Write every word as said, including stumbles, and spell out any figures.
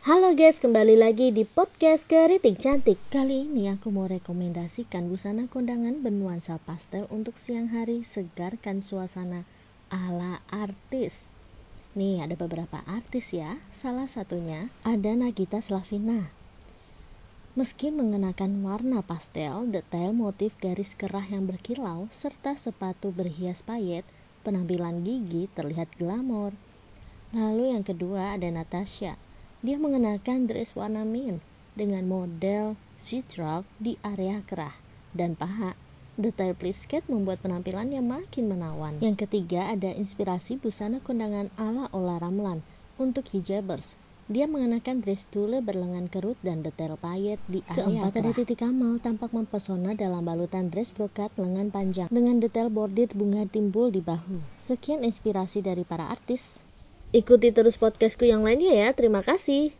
Halo guys, kembali lagi di podcast Keriting Cantik. Kali ini aku mau rekomendasikan busana kondangan bernuansa pastel untuk siang hari, segarkan suasana ala artis. Nih ada beberapa artis ya, salah satunya ada Nagita Slavina. Meski mengenakan warna pastel, detail motif garis kerah yang berkilau, serta sepatu berhias payet, penampilan Gigi terlihat glamor. Lalu yang kedua ada Natasha. Dia mengenakan dress warna mint dengan model Z-Rock di area kerah dan paha. Detail plisket membuat penampilannya makin menawan. Yang ketiga ada inspirasi busana kondangan ala Ola Ramlan untuk hijabers. Dia mengenakan dress tulle berlengan kerut dan detail payet di area Keempat kerah. Ada Titi Kamal tampak mempesona dalam balutan dress brokat lengan panjang dengan detail bordir bunga timbul di bahu. Sekian inspirasi dari para artis. Ikuti terus podcastku yang lainnya ya. Terima kasih.